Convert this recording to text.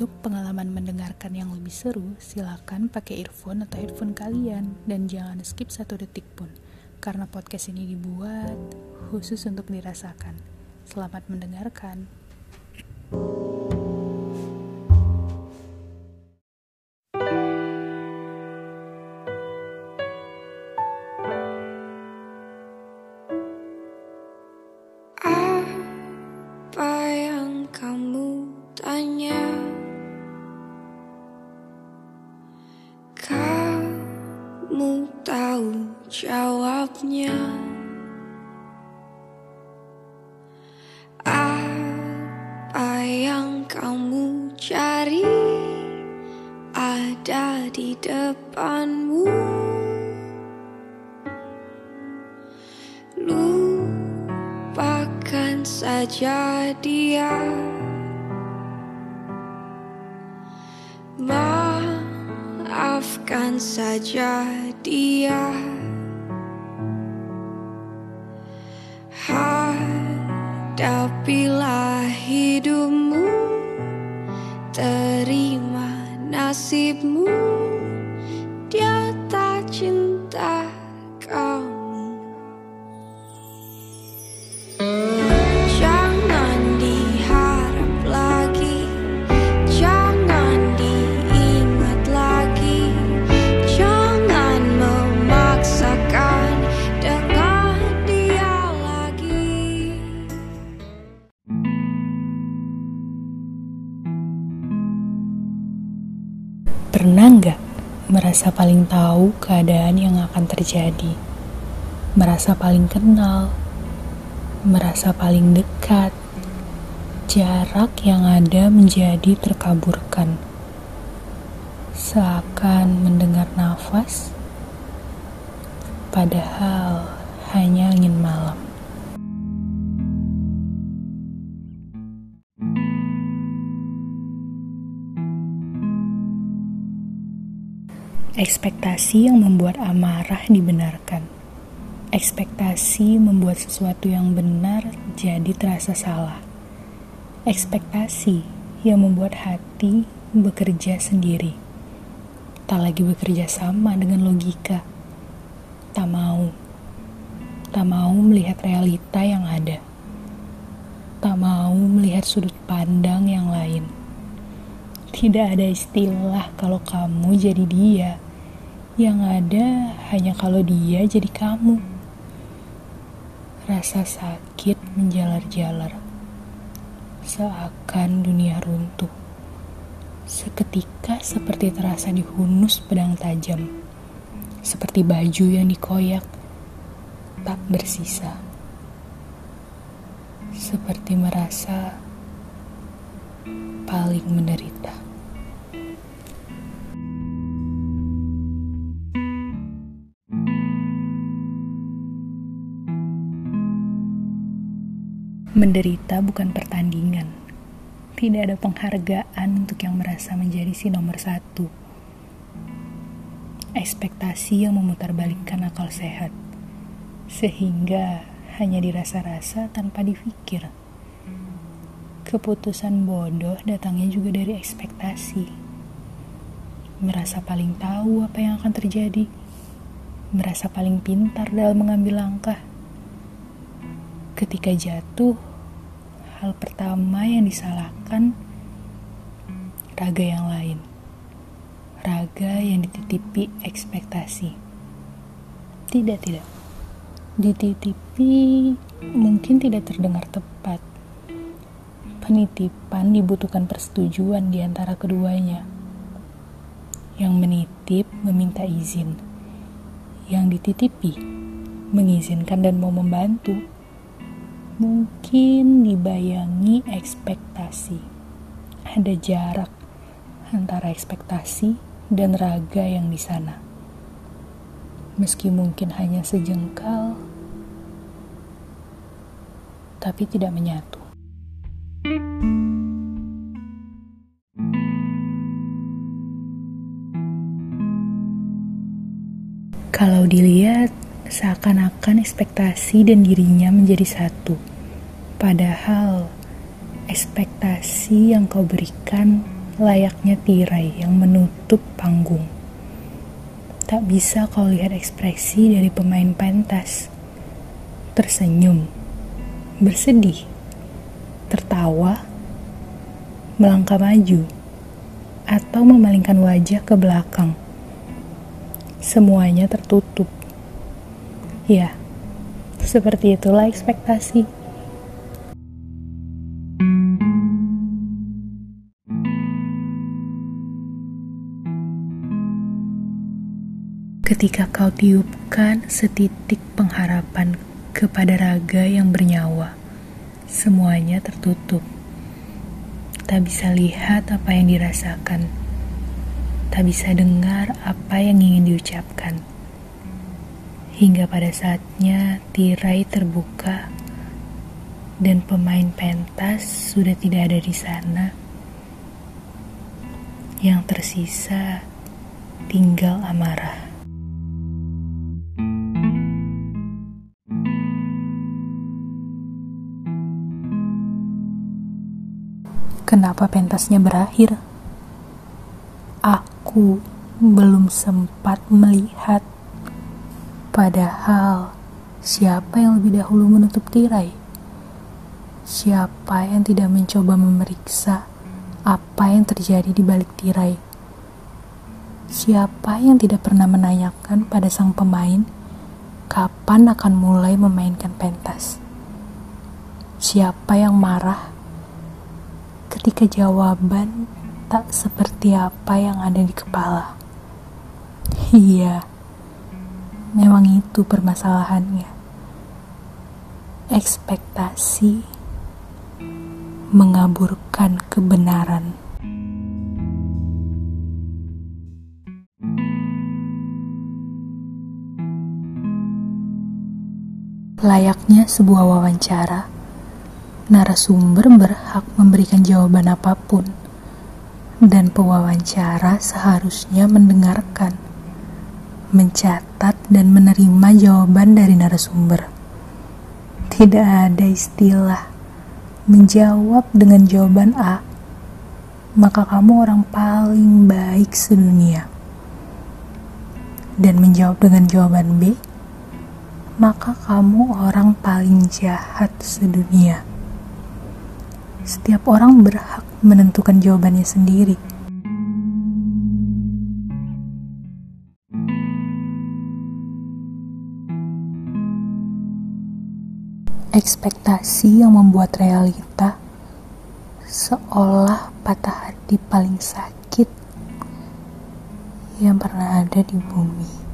Untuk pengalaman mendengarkan yang lebih seru, silakan pakai earphone atau headphone kalian dan jangan skip 1 detik pun, karena podcast ini dibuat khusus untuk dirasakan. Selamat mendengarkan. Apa yang kamu tanya? Kamu tahu jawabnya. Apa yang kamu cari ada di depanmu. Lupakan saja dia. Maafkan saja dia. Hadapilah hidupmu, terima nasibmu. Dia tak cinta kamu. Jangan diharap lagi, jangan diingat lagi, jangan memaksakan dengan dia lagi. Pernah nggak merasa paling tahu keadaan yang akan terjadi? Merasa paling kenal, merasa paling dekat, jarak yang ada menjadi terkaburkan. Seakan mendengar nafas, padahal hanya angin malam. Ekspektasi yang membuat amarah dibenarkan. Ekspektasi membuat sesuatu yang benar jadi terasa salah. Ekspektasi yang membuat hati bekerja sendiri. Tak lagi bekerja sama dengan logika. Tak mau melihat realita yang ada. Tak mau melihat sudut pandang yang lain. Tidak ada istilah kalau kamu jadi dia. Yang ada hanya kalau dia jadi kamu. Rasa sakit menjalar-jalar. Seakan dunia runtuh. Seketika seperti terasa dihunus pedang tajam. Seperti baju yang dikoyak, tak bersisa. Seperti merasa paling menderita. Menderita bukan pertandingan. Tidak ada penghargaan untuk yang merasa menjadi si nomor 1. Ekspektasi yang memutarbalikkan akal sehat, sehingga hanya dirasa-rasa tanpa dipikir. Keputusan bodoh datangnya juga dari ekspektasi. Merasa paling tahu apa yang akan terjadi. Merasa paling pintar dalam mengambil langkah. Ketika jatuh, hal pertama yang disalahkan raga yang lain. Raga yang dititipi ekspektasi. Tidak. Dititipi mungkin tidak terdengar tepat. Penitipan dibutuhkan persetujuan di antara keduanya. Yang menitip meminta izin. Yang dititipi mengizinkan dan mau membantu. Mungkin dibayangi ekspektasi. Ada jarak antara ekspektasi dan raga yang di sana. Meski mungkin hanya sejengkal, tapi tidak menyatu. Kalau dilihat, seakan-akan ekspektasi dan dirinya menjadi satu. Padahal ekspektasi yang kau berikan layaknya tirai yang menutup panggung. Tak bisa kau lihat ekspresi dari pemain pentas. Tersenyum, bersedih, tertawa, melangkah maju, atau memalingkan wajah ke belakang. Semuanya tertutup. Ya, seperti itulah ekspektasi. Ketika kau tiupkan setitik pengharapan kepada raga yang bernyawa, semuanya tertutup. Tak bisa lihat apa yang dirasakan, tak bisa dengar apa yang ingin diucapkan. Hingga pada saatnya tirai terbuka dan pemain pentas sudah tidak ada di sana. Yang tersisa tinggal amarah. Kenapa pentasnya berakhir? Aku belum sempat melihat. Padahal, siapa yang lebih dahulu menutup tirai? Siapa yang tidak mencoba memeriksa apa yang terjadi di balik tirai? Siapa yang tidak pernah menanyakan pada sang pemain kapan akan mulai memainkan pentas? Siapa yang marah ketika jawaban tak seperti apa yang ada di kepala? Iya, memang itu permasalahannya. Ekspektasi mengaburkan kebenaran. Layaknya sebuah wawancara, narasumber berhak memberikan jawaban apapun, dan pewawancara seharusnya mendengarkan, mencatat, dan menerima jawaban dari narasumber. Tidak ada istilah menjawab dengan jawaban A, maka kamu orang paling baik sedunia. Dan menjawab dengan jawaban B, maka kamu orang paling jahat sedunia. Setiap orang berhak menentukan jawabannya sendiri. Ekspektasi yang membuat realita seolah patah hati paling sakit yang pernah ada di bumi.